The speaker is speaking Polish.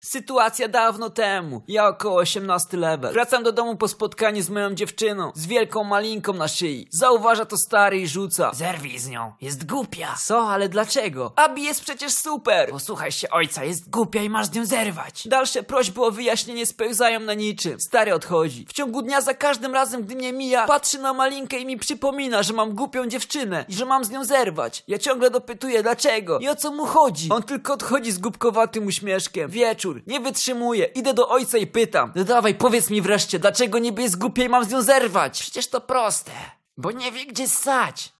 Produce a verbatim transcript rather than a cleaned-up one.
Sytuacja dawno temu. Ja około osiemnasty level. Wracam do domu po spotkaniu z moją dziewczyną. Z wielką malinką na szyi. Zauważa to stary i rzuca: zerwij z nią, jest głupia. Co? Ale dlaczego? Abi jest przecież super. Posłuchaj się ojca, jest głupia i masz z nią zerwać. Dalsze prośby o wyjaśnienie spełzają na niczym. Stary odchodzi. W ciągu dnia za każdym razem, gdy mnie mija, patrzy na malinkę i mi przypomina, że mam głupią dziewczynę i że mam z nią zerwać. Ja ciągle dopytuję dlaczego i o co mu chodzi. On tylko odchodzi z głupkowatym uśmieszkiem. Wieczór. Nie wytrzymuję. Idę do ojca i pytam: no dawaj, powiedz mi wreszcie, dlaczego niby jest głupia i mam z nią zerwać? Przecież to proste. Bo nie wie gdzie ssać.